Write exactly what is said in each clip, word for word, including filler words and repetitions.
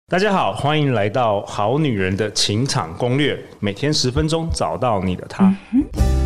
大家好，欢迎来到好女人的情场攻略，每天十分钟，找到你的他。嗯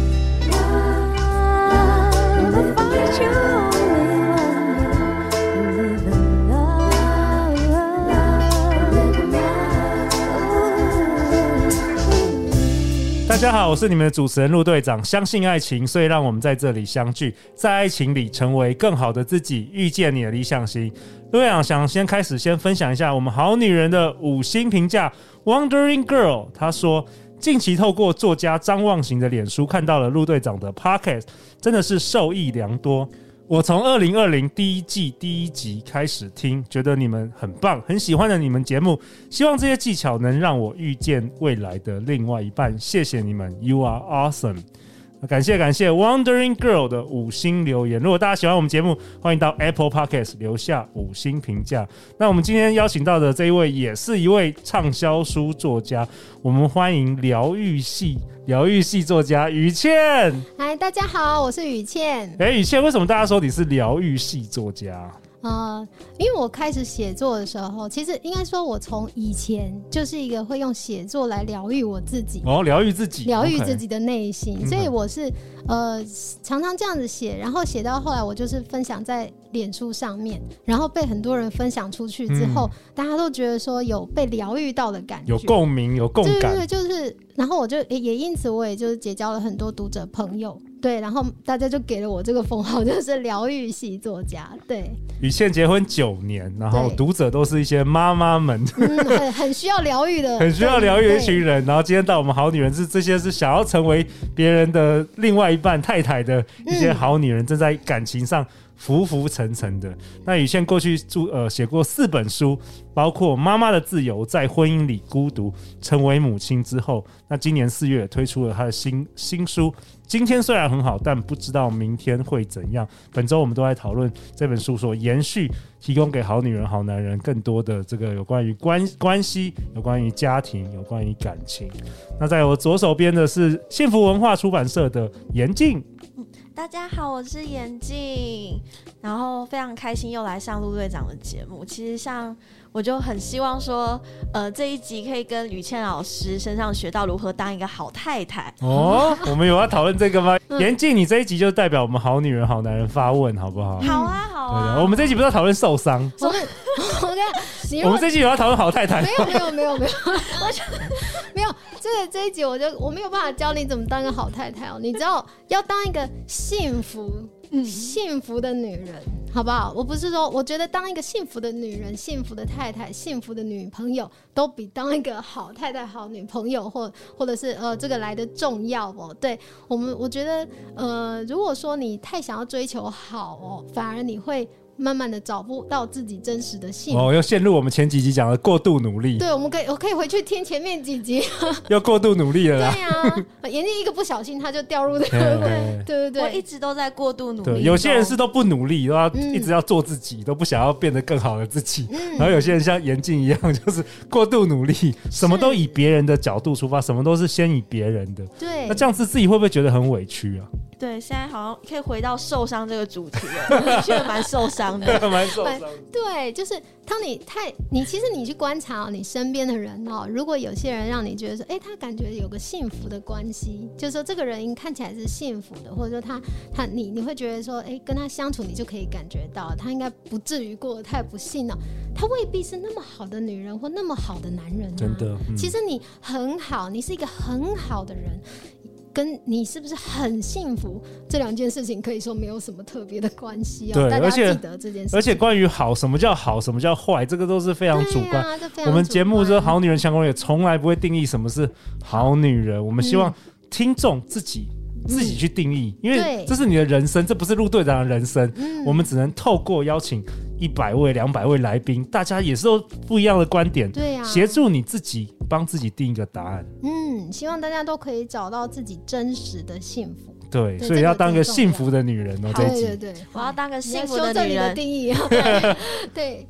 大家好，我是你们的主持人陆队长。相信爱情，所以让我们在这里相聚，在爱情里成为更好的自己，遇见你的理想型。陆队长想先开始先分享一下我们好女人的五星评价。Wondering Girl 她说，近期透过作家张忘形的脸书看到了陆队长的 Podcast， 真的是受益良多。我从二零二零第一季第一集开始听，觉得你们很棒，很喜欢的你们节目，希望这些技巧能让我遇见未来的另外一半。谢谢你们 ，You are awesome。感谢感谢 Wondering Girl 的五星留言。如果大家喜欢我们节目，欢迎到 Apple Podcast 留下五星评价。那我们今天邀请到的这一位也是一位畅销书作家，我们欢迎疗愈系疗愈系作家雨倩。 嗨，大家好，我是雨倩。 哎，雨倩，为什么大家说你是疗愈系作家？ 呃，因为我开始写作的时候，其实应该说我从以前就是一个会用写作来疗愈我自己， 哦，疗愈自己， 疗愈自己的内心， okay. 所以我是呃常常这样子写，然后写到后来我就是分享在脸书上面，然后被很多人分享出去之后，嗯、大家都觉得说有被疗愈到的感觉， 有共鸣，有共感， 对对对，就是，然后我就也因此我也就是结交了很多读者朋友。对，然后大家就给了我这个封号，就是疗愈系作家。对，雨倩结婚九年，然后读者都是一些妈妈们， 嗯、很很需要疗愈的， 很需要疗愈的一群人。然后今天到我们好女人是这些是想要成为别人的另外一半太太的一些好女人，正在感情上浮浮沉沉的。那雨倩过去呃写过四本书，包括《妈妈的自由》、在婚姻里孤独、成为母亲之后。那今年四月推出了她的新新书。今天虽然很好，但不知道明天会怎样。本周我们都在讨论这本书所延续，提供给好女人、好男人更多的这个有关于 关, 关系、有关于家庭、有关于感情。那在我左手边的是幸福文化出版社的严静。 大家好，我是严静，然后非常开心又来上陆队长的节目。其实像我就很希望说，呃，这一集可以跟雨倩老师身上学到如何当一个好太太。 哦，我们有要讨论这个吗？严静，你这一集就代表我们好女人、好男人发问，好不好？ 好啊，好啊。 对对，我们这一集不是要讨论受伤？ 我们我跟我们这一集有要讨论好太太？ 没有，没有，没有，没有，我就没有。这个这一集我就我没有办法教你怎么当一个好太太哦，你知道要当一个幸福、嗯、幸福的女人，好不好？我不是说，我觉得当一个幸福的女人、幸福的太太、幸福的女朋友，都比当一个好太太、好女朋友或或者是呃这个来的重要哦。对我们，我觉得呃，如果说你太想要追求好哦，反而你会慢慢的找不到自己真实的幸福。 哦，又陷入我们前几集讲的过度努力。 对，我们可以我可以回去听前面几集。 又过度努力了啦。 对啊，眼睛一个不小心他就掉入这个。对对对， 我一直都在过度努力。 对，有些人是都不努力，都要一直要做自己，嗯、都不想要变得更好的自己。嗯、然后有些人像严静一样，就是过度努力，什么都以别人的角度出发，什么都是先以别人的。 对， 那这样子自己会不会觉得很委屈啊？ 对，现在好像可以回到受伤这个主题了，的确蛮受伤的， 蛮受伤的。 对，就是当你太你其实你去观察、哦、你身边的人哦，如果有些人让你觉得说，哎，他感觉有个幸福的关系，就是说这个人看起来是幸福的，或者说他他你你会觉得说，哎，跟他相处你就可以感觉到他应该不至于过得太不幸了、哦。他未必是那么好的女人或那么好的男人、啊， 真的。嗯、其实你很好，你是一个很好的人。跟你是不是很幸福这两件事情可以说没有什么特别的关系、哦、 对， 大家记得这件事情。 而且关于好，什么叫好，什么叫坏，这个都是非常主观。 啊、主观我们节目说好女人相关也从来不会定义什么是好女人，我们希望听众自己、嗯、自己去定义，因为这是你的人生，这不是陆队长的人生、嗯、我们只能透过邀请一百位、两百位来宾，大家也是有不一样的观点， 对啊， 协助你自己帮自己定一个答案。 嗯，希望大家都可以找到自己真实的幸福。 对，所以要当个幸福的女人哦。这一集， 对对对， 我要当个幸福的女人。 修正你的定义。对，对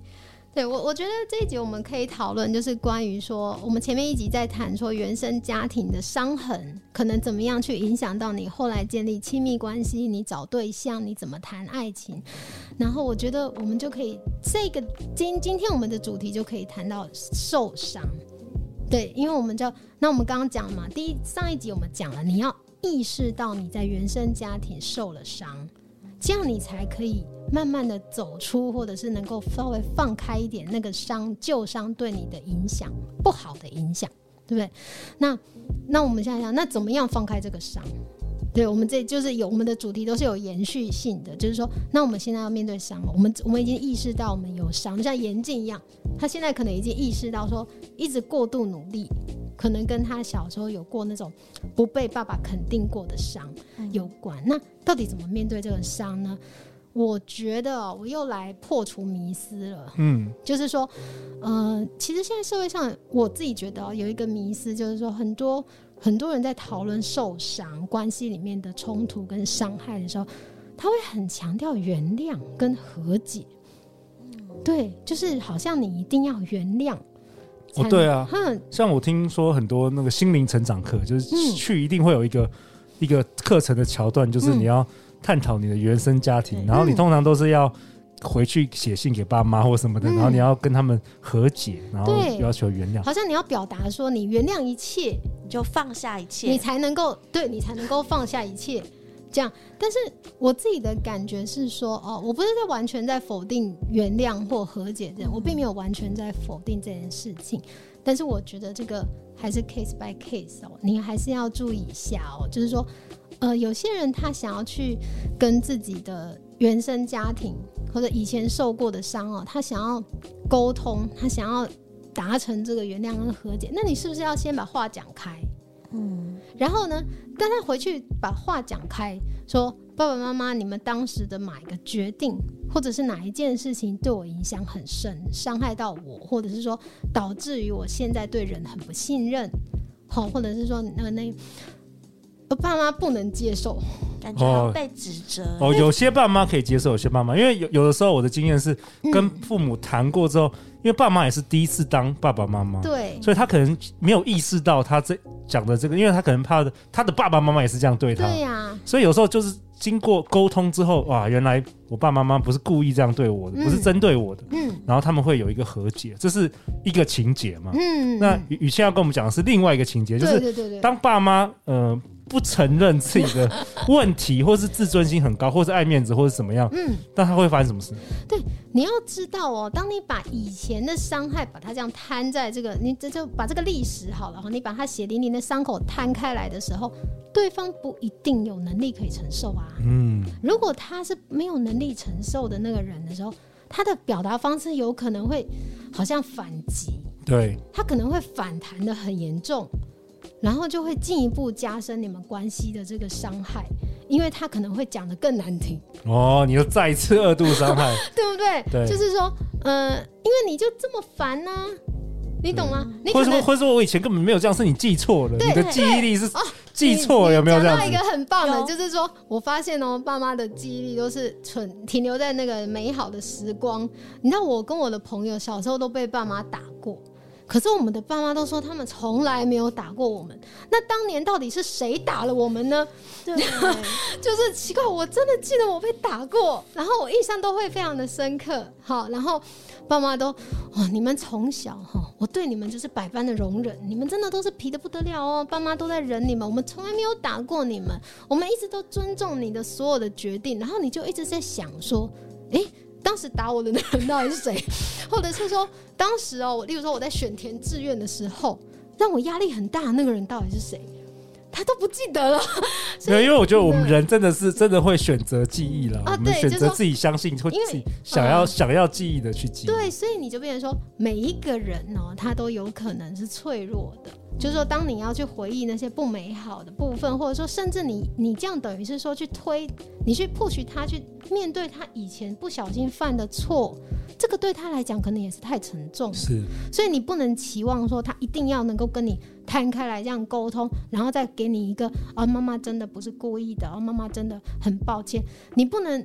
对，我我觉得这一集我们可以讨论，就是关于说，我们前面一集在谈说原生家庭的伤痕可能怎么样去影响到你后来建立亲密关系，你找对象，你怎么谈爱情。然后我觉得我们就可以这个今今天我们的主题就可以谈到受伤。对，因为我们就那我们刚刚讲嘛，第一上一集我们讲了，你要意识到你在原生家庭受了伤，这样你才可以慢慢的走出，或者是能够稍微放开一点那个伤旧伤对你的影响，不好的影响，对不对？那那我们现在想，那怎么样放开这个伤？对，我们这就是有我们的主题都是有延续性的，就是说，那我们现在要面对伤了，我们我们已经意识到我们有伤，像严静一样，他现在可能已经意识到说，一直过度努力，可能跟他小时候有过那种不被爸爸肯定过的伤有关。那到底怎么面对这个伤呢？我觉得、哦、我又来破除迷思了，嗯，就是说，呃，其实现在社会上，我自己觉得、哦、有一个迷思，就是说很多很多人在讨论受伤关系里面的冲突跟伤害的时候，他会很强调原谅跟和解，对，就是好像你一定要原谅。 哦，对啊，像我听说很多那个心灵成长课，就是去一定会有一个、嗯、一个课程的桥段，就是你要探讨你的原生家庭、嗯、然后你通常都是要回去写信给爸妈或什么的、嗯、然后你要跟他们和解，然后要求原谅， 好像你要表达说你原谅一切， 你就放下一切， 你才能够对你才能够放下一切这样。但是我自己的感觉是说、哦、我不是在完全在否定原谅或和解这样、嗯、我并没有完全在否定这件事情，但是我觉得这个还是 case by case 哦，你还是要注意一下哦，就是说呃，有些人他想要去跟自己的原生家庭或者以前受过的伤哦，他想要沟通，他想要达成这个原谅跟和解，那你是不是要先把话讲开？嗯，然后呢，跟他回去把话讲开，说爸爸妈妈，你们当时的哪一个决定，或者是哪一件事情对我影响很深，伤害到我，或者是说导致于我现在对人很不信任，好，或者是说那那。我爸妈不能接受， 感觉要被指责。 哦，哦有些爸妈可以接受，有些爸妈，因为 有, 有的时候我的经验是跟父母谈过之后、嗯，因为爸妈也是第一次当爸爸妈妈， 对， 所以他可能没有意识到他这讲的这个，因为他可能怕的他的爸爸妈妈也是这样对他， 对呀、啊， 所以有时候就是经过沟通之后，哇，原来我爸爸妈妈不是故意这样对我的，嗯、不是针对我的，嗯，然后他们会有一个和解，这是一个情节嘛，嗯，那雨倩要跟我们讲的是另外一个情节，就是当爸妈呃。不承认自己的问题，或是自尊心很高，或是爱面子，或是怎么样，嗯，但他会发生什么事？ 对，你要知道哦，当你把以前的伤害，把它这样摊在这个，你这就把这个历史好了，你把他血淋淋的伤口摊开来的时候，对方不一定有能力可以承受啊。嗯，如果他是没有能力承受的那个人的时候，他的表达方式有可能会好像反击， 对， 他可能会反弹的很严重。然后就会进一步加深你们关系的这个伤害，因为他可能会讲得更难听哦，你又再一次二度伤害对不对？对，就是说呃，因为你就这么烦啊，你懂吗？你或者说，或者说我以前根本没有这样，是你记错了，你的记忆力是记错了，有没有这样子？ 讲到一个很棒的，就是说我发现哦，爸妈的记忆力都是存停留在那个美好的时光。你知道，我跟我的朋友小时候都被爸妈打过。可是我们的爸妈都说他们从来没有打过我们，那当年到底是谁打了我们呢？ 对， 就是奇怪，我真的记得我被打过，然后我印象都会非常的深刻。好，然后爸妈都哦，你们从小哈，我对你们就是百般的容忍，你们真的都是皮得不得了哦，爸妈都在忍你们，我们从来没有打过你们，我们一直都尊重你的所有的决定，然后你就一直在想说，哎。当时打我的那个人到底是谁？或者是说，当时哦，例如说我在选填志愿的时候，让我压力很大的那个人到底是谁？他都不记得了。 对，因为我觉得我们人真的是真的会选择记忆了、啊，我们选择自己相信，或自己想要、嗯、想要记忆的去记忆。 对，所以你就变成说，每一个人哦，他都有可能是脆弱的。就是说，当你要去回忆那些不美好的部分，或者说，甚至你你这样等于是说去推，你去 push 他去面对他以前不小心犯的错，这个对他来讲可能也是太沉重。 是， 所以你不能期望说他一定要能够跟你摊开来这样沟通，然后再给你一个啊，妈妈真的不是故意的，啊，妈妈真的很抱歉。你不能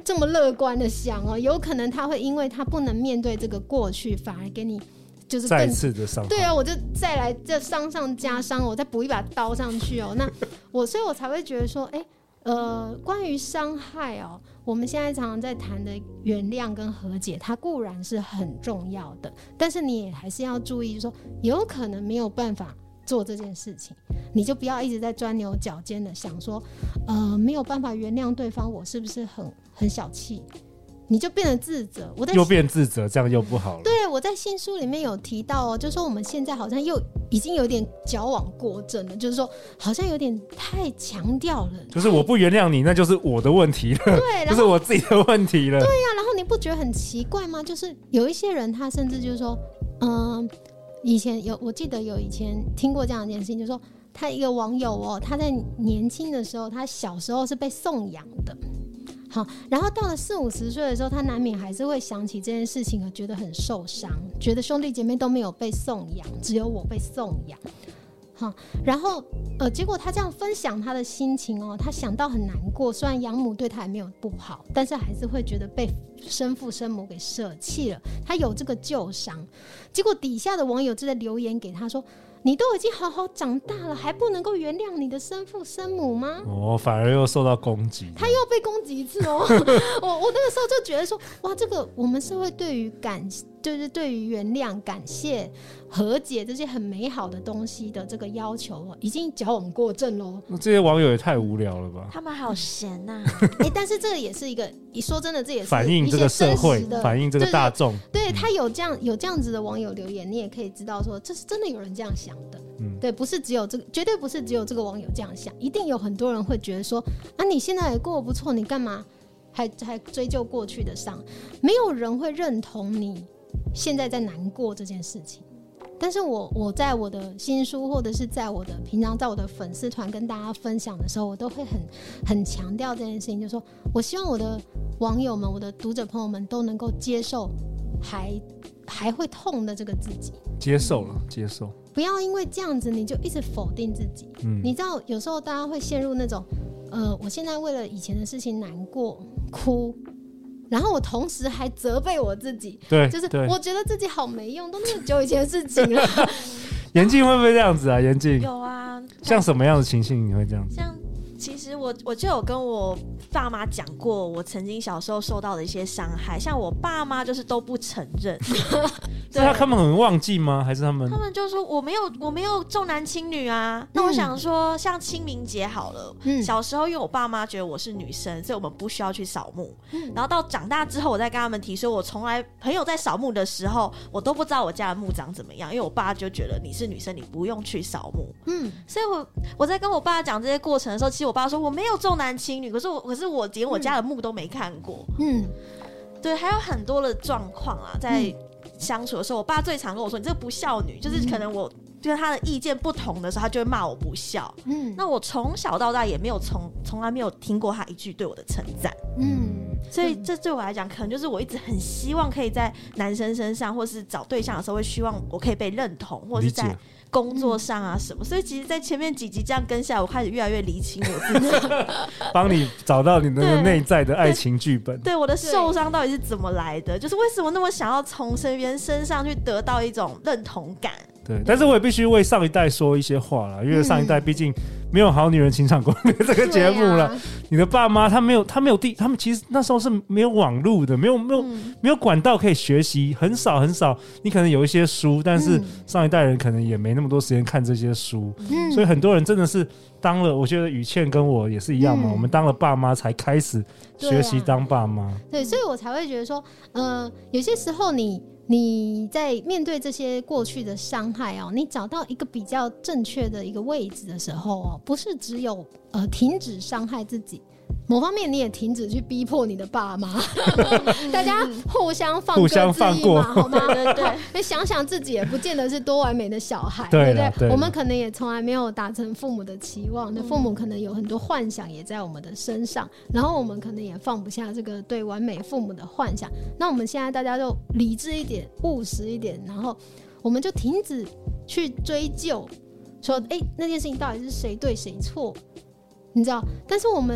这么乐观的想哦，有可能他会因为他不能面对这个过去，反而给你就是更再次的伤害。 对啊，我就再来这伤上加伤，我再补一把刀上去哦。那我所以我才会觉得说，哎、欸，呃，关于伤害哦，我们现在常常在谈的原谅跟和解，它固然是很重要的，但是你也还是要注意说，有可能没有办法做这件事情，你就不要一直在钻牛角尖的想说，呃，没有办法原谅对方，我是不是很很小气？你就变得自责，我在又变自责，这样又不好了。 对，我在新书里面有提到哦，就说我们现在好像又已经有点矫枉过正了，就是说好像有点太强调了， 就是我不原谅你，那就是我的问题了， 对， 就是我自己的问题了。 对呀、啊，然后你不觉得很奇怪吗？就是有一些人他甚至就是说，嗯，以前有我记得有以前听过这样一件事情，就是说他一个网友哦，他在年轻的时候，他小时候是被送养的。好，然后到了四五十岁的时候，他难免还是会想起这件事情，而觉得很受伤，觉得兄弟姐妹都没有被送养，只有我被送养。好，然后呃，结果他这样分享他的心情哦，他想到很难过，虽然养母对他也没有不好，但是还是会觉得被生父生母给舍弃了，他有这个旧伤。结果底下的网友就在留言给他说，你都已经好好长大了，还不能够原谅你的生父生母吗？ 哦，反而又受到攻击， 他又被攻击一次哦。我我那个时候就觉得说，哇，这个我们社会对于感，就是对于原谅、感谢、和解这些很美好的东西的这个要求，已经矫枉过正喽。 那这些网友也太无聊了吧？ 他们好闲呐、 啊欸！但是这也是一个，你说真的，这也是反映这个社会，反映这个大众。 对，对，对，他有这样有这样子的网友留言，你也可以知道说，这是真的有人这样想的。嗯，对，不是只有这个，绝对不是只有这个网友这样想，一定有很多人会觉得说，啊，你现在也过得不错，你干嘛还还追究过去的伤？没有人会认同你现在在难过这件事情。但是我我在我的新书，或者是在我的平常在我的粉丝团跟大家分享的时候，我都会很很强调这件事情，就是说我希望我的网友们、我的读者朋友们都能够接受还还会痛的这个自己， 接受了，接受， 不要因为这样子你就一直否定自己。嗯，你知道有时候大家会陷入那种，呃，我现在为了以前的事情难过哭。然后我同时还责备我自己， 对， 就是我觉得自己好没用，都那么久以前的事情了。 严静会不会这样子啊？严静有啊， 像什么样的情形你会这样子？ 像其实我我就有跟我爸妈讲过，我曾经小时候受到的一些伤害，像我爸妈就是都不承认。 是他们很忘记吗？还是他们？ 他们就说我没有我没有重男轻女啊。那我想说，像清明节好了，嗯、小时候因为我爸妈觉得我是女生，所以我们不需要去扫墓。嗯、然后到长大之后，我再跟他们提说，我从来朋友在扫墓的时候，我都不知道我家的墓长怎么样，因为我爸就觉得你是女生，你不用去扫墓。嗯，所以我我在跟我爸讲这些过程的时候，其实我爸说我没有重男轻女，可是我可是我连我家的墓都没看过。嗯，对，还有很多的状况啊，在。嗯相处的时候，我爸最常跟我说：“你这个不孝女。”就是可能我跟他的意见不同的时候，他就会骂我不孝。嗯，那我从小到大也没有从从来没有听过他一句对我的称赞。嗯，所以这对我来讲，可能就是我一直很希望可以在男生身上，或是找对象的时候，会希望我可以被认同，或是在工作上啊什么。所以其实，在前面几集这样跟下来，我开始越来越理清我自己， 帮你找到你的内在的爱情剧本。 对，对我的受伤到底是怎么来的？就是为什么那么想要从身边身上去得到一种认同感？ 对，但是我也必须为上一代说一些话啦，因为上一代毕竟没有《好女人情场攻略》这个节目了。啊、你的爸妈他没有，他没有地，他们其实那时候是没有网路的，没有没有、嗯、没有管道可以学习，很少很少。你可能有一些书，但是上一代人可能也没那么多时间看这些书，嗯、所以很多人真的是当了，我觉得雨倩跟我也是一样嘛，嗯、我们当了爸妈才开始学习当爸妈。 对，所以我才会觉得说，呃，有些时候你。你在面对这些过去的伤害哦，你找到一个比较正确的一个位置的时候哦，不是只有呃停止伤害自己，某方面你也停止去逼迫你的爸妈，大家互相放互相放过， 好吗？对对，你想想自己也不见得是多完美的小孩， 对不 对, 对？ 我们可能也从来没有达成父母的期望，那、嗯、父母可能有很多幻想也在我们的身上，然后我们可能也放不下这个对完美父母的幻想。那我们现在大家就理智一点，务实一点，然后我们就停止去追究，说，哎，那件事情到底是谁对谁错？你知道，但是我们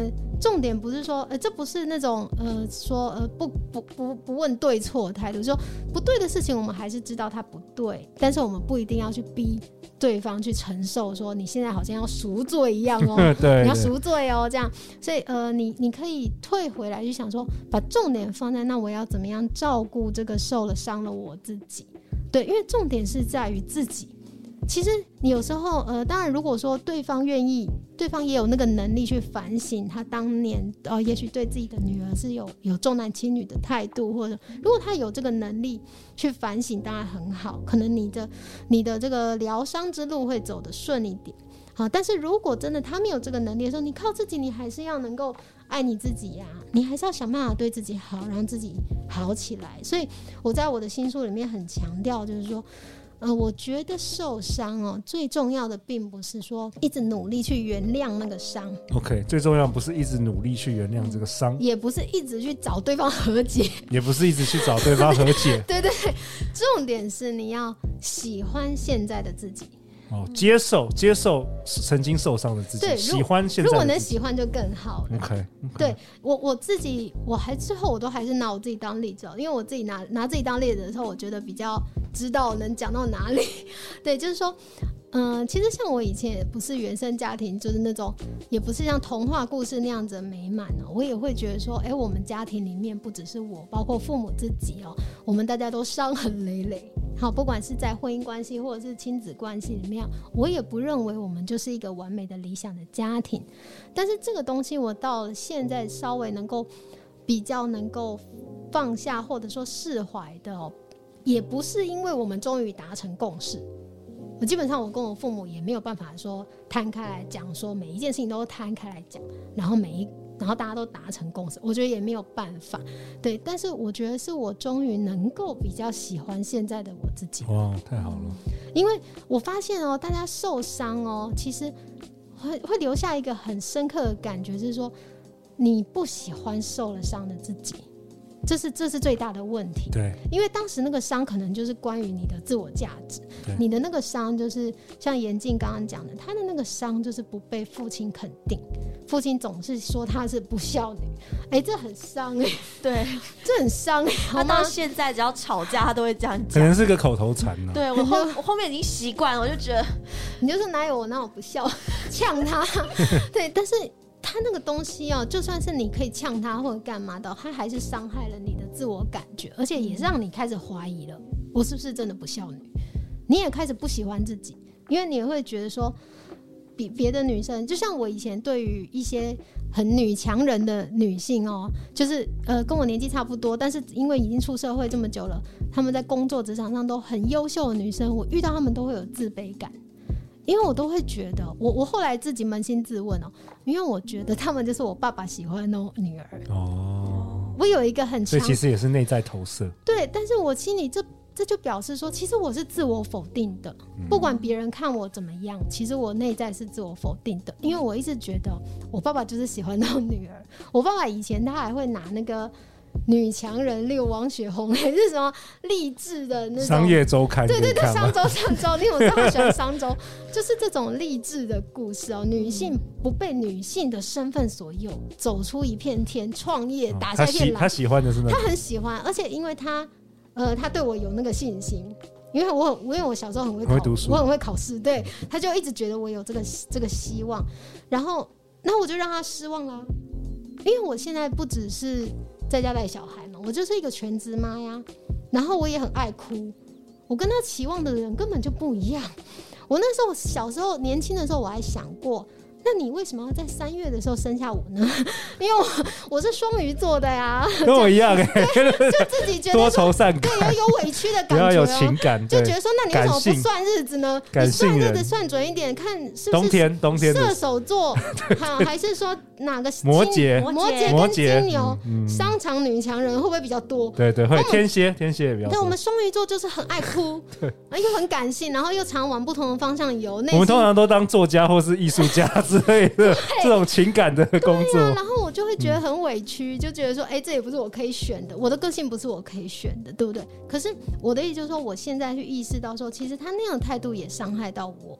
重点不是说，呃，这不是那种呃说呃不不不不问对错的态度，说不对的事情我们还是知道它不对，但是我们不一定要去逼对方去承受，说你现在好像要赎罪一样哦， 对， 你要赎罪哦，这样，所以呃，你你可以退回来去想说，把重点放在那我要怎么样照顾这个受了伤了我自己，对，因为重点是在于自己。其实你有时候呃，当然如果说对方愿意，对方也有那个能力去反省他当年呃，也许对自己的女儿是有有重男轻女的态度，或者如果他有这个能力去反省，当然很好，可能你的你的这个疗伤之路会走得顺一点。好，但是如果真的他没有这个能力的时候，你靠自己，你还是要能够爱你自己呀、啊，你还是要想办法对自己好，让自己好起来。所以我在我的新书里面很强调，就是说。呃，我觉得受伤哦，最重要的并不是说一直努力去原谅那个伤 ，OK， 最重要不是一直努力去原谅这个伤， 也不是一直去找对方和解， 也不是一直去找对方和解， 对对对，重点是你要喜欢现在的自己。 哦，接受接受曾经受伤的自己， 对， 喜欢现在的自己， 如果能喜欢就更好了。 OK，, okay. 对我我自己，我还最后我都还是拿我自己当例子，因为我自己拿拿自己当例子的时候，我觉得比较知道能讲到哪里。对，就是说，嗯、呃，其实像我以前也不是原生家庭，就是那种也不是像童话故事那样子美满哦。我也会觉得说，哎，我们家庭里面不只是我，包括父母自己哦，我们大家都伤痕累累。好，不管是在婚姻关系或者是亲子关系里面，我也不认为我们就是一个完美的理想的家庭。但是这个东西，我到了现在稍微能够比较能够放下，或者说释怀的哦，也不是因为我们终于达成共识。我基本上我跟我父母也没有办法说摊开来讲，说每一件事情都摊开来讲，然后每一然后大家都达成共识，我觉得也没有办法。对，但是我觉得是我终于能够比较喜欢现在的我自己。 哇，太好了！ 因为我发现哦，大家受伤哦，其实会会留下一个很深刻的感觉，就是说你不喜欢受了伤的自己。这是这是最大的问题， 对， 因为当时那个伤可能就是关于你的自我价值，你的那个伤就是像严静刚刚讲的，他的那个伤就是不被父亲肯定，父亲总是说他是不孝女，哎、欸，这很伤哎、欸， 对， 这很伤哎、欸， 他到现在只要吵架，他都会这样讲， 可能是个口头禅呢、啊。 对我后我后面已经习惯了，我就觉得你就说哪有我哪有不孝，呛他，对，但是。他那个东西哦，就算是你可以呛他或者干嘛的，他还是伤害了你的自我感觉，而且也让你开始怀疑了，我是不是真的不孝女？你也开始不喜欢自己，因为你会觉得说，比别的女生，就像我以前对于一些很女强人的女性哦，就是呃跟我年纪差不多，但是因为已经出社会这么久了，她们在工作职场上都很优秀的女生，我遇到她们都会有自卑感。因为我都会觉得，我我后来自己扪心自问哦，因为我觉得他们就是我爸爸喜欢的女儿哦。我有一个很强， 所以其实也是内在投射。 对，但是我心里这这就表示说，其实我是自我否定的，嗯、不管别人看我怎么样，其实我内在是自我否定的，因为我一直觉得我爸爸就是喜欢那种女儿。我爸爸以前他还会拿那个。女强人，例如王雪红，还是什么励志的那种商业周刊， 对对对，商周商周，因为我知道他喜欢商周，就是这种励志的故事哦。女性不被女性的身份所诱，走出一片天，创业，打下一片蓝。 他喜欢的是那， 他很喜欢，而且因为他，呃，他对我有那个信心，因为我因为我小时候很会考， 很会读书， 我很会考试，对，他就一直觉得我有这个这个希望，然后，那我就让他失望啦，因为我现在不只是。在家带小孩嘛，我就是一个全职妈呀，然后我也很爱哭，我跟他期望的人根本就不一样。我那时候小时候年轻的时候，我还想过，那你为什么要在三月的时候生下我呢？因为我我是双鱼座的呀， 跟我一样哎、欸， 就自己觉得多愁善感， 对，有有委屈的感觉、哦， 要有情感， 就觉得说，那你为什么不算日子呢？你算日子算准一点，看是不是冬天冬天射手座，还是说哪个摩羯摩羯跟金牛、嗯、商场女强人会不会比较多？ 对对，会天蝎天蝎也比较多。 对，我们双鱼座就是很爱哭，对，又很感性，然后又常往不同的方向游。 我们通常都当作家或是艺术家之类的这种情感的工作、 啊，然后我就会觉得很委屈，嗯、就觉得说，哎、欸，这也不是我可以选的，我的个性不是我可以选的，对不对？可是我的意思就是说，我现在去意识到说，其实他那样的态度也伤害到我。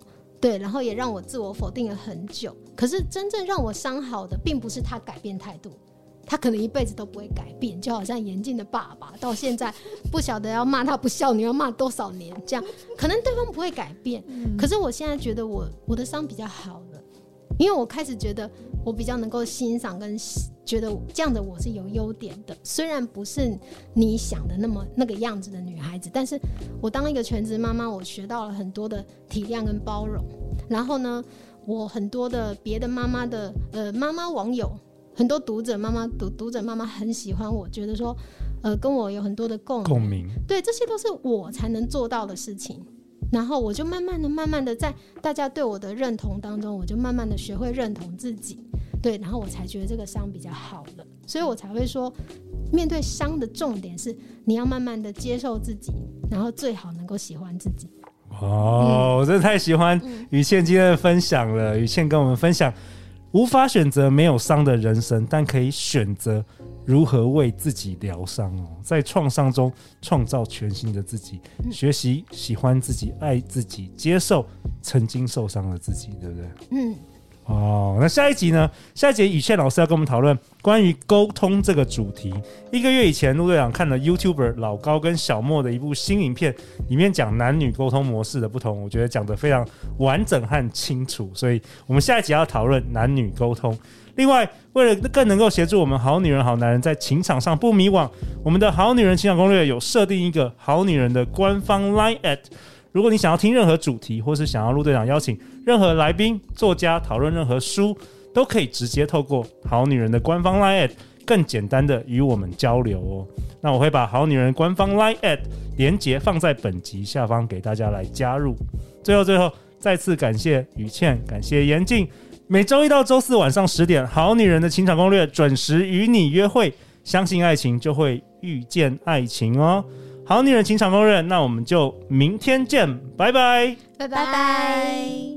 对，然后也让我自我否定了很久。可是真正让我伤好的，并不是他改变态度，他可能一辈子都不会改变，就好像严静的爸爸到现在不晓得要骂他不孝女要骂多少年，这样可能对方不会改变、嗯、可是我现在觉得我我的伤比较好了，因为我开始觉得我比较能够欣赏跟觉得这样的我是有优点的，虽然不是你想的那么那个样子的女孩子，但是我当一个全职妈妈，我学到了很多的体谅跟包容。然后呢，我很多的别的妈妈的呃妈妈网友，很多读者妈妈读读者妈妈很喜欢我，觉得说呃跟我有很多的共共鸣， 对，这些都是我才能做到的事情。然后我就慢慢的慢慢的在大家对我的认同当中，我就慢慢的学会认同自己，对，然后我才觉得这个伤比较好了。所以我才会说，面对伤的重点是你要慢慢的接受自己，然后最好能够喜欢自己。 哦，我真的太喜欢于倩今天的分享了。于倩跟我们分享，无法选择没有伤的人生，但可以选择如何为自己疗伤哦，在创伤中创造全新的自己，学习喜欢自己、爱自己，接受曾经受伤的自己，对不对？嗯。哦，那下一集呢？下一集宇倩老师要跟我们讨论关于沟通这个主题。一个月以前，陆队长看了 YouTuber 老高跟小莫的一部新影片，里面讲男女沟通模式的不同，我觉得讲得非常完整和清楚，所以我们下一集要讨论男女沟通。另外，为了更能够协助我们好女人好男人在情场上不迷惘，我们的好女人情场攻略有设定一个好女人的官方 Line at。如果你想要听任何主题，或是想要陆队长邀请任何来宾、作家讨论任何书，都可以直接透过好女人的官方 Line at 更简单的与我们交流哦。那我会把好女人官方 Line at 连结放在本集下方给大家来加入。最后最后再次感谢宇倩，感谢严静。每周一到周四晚上十点，好女人的情场攻略准时与你约会，相信爱情就会遇见爱情哦。好女人情场攻略，那我们就明天见，拜拜， 拜拜。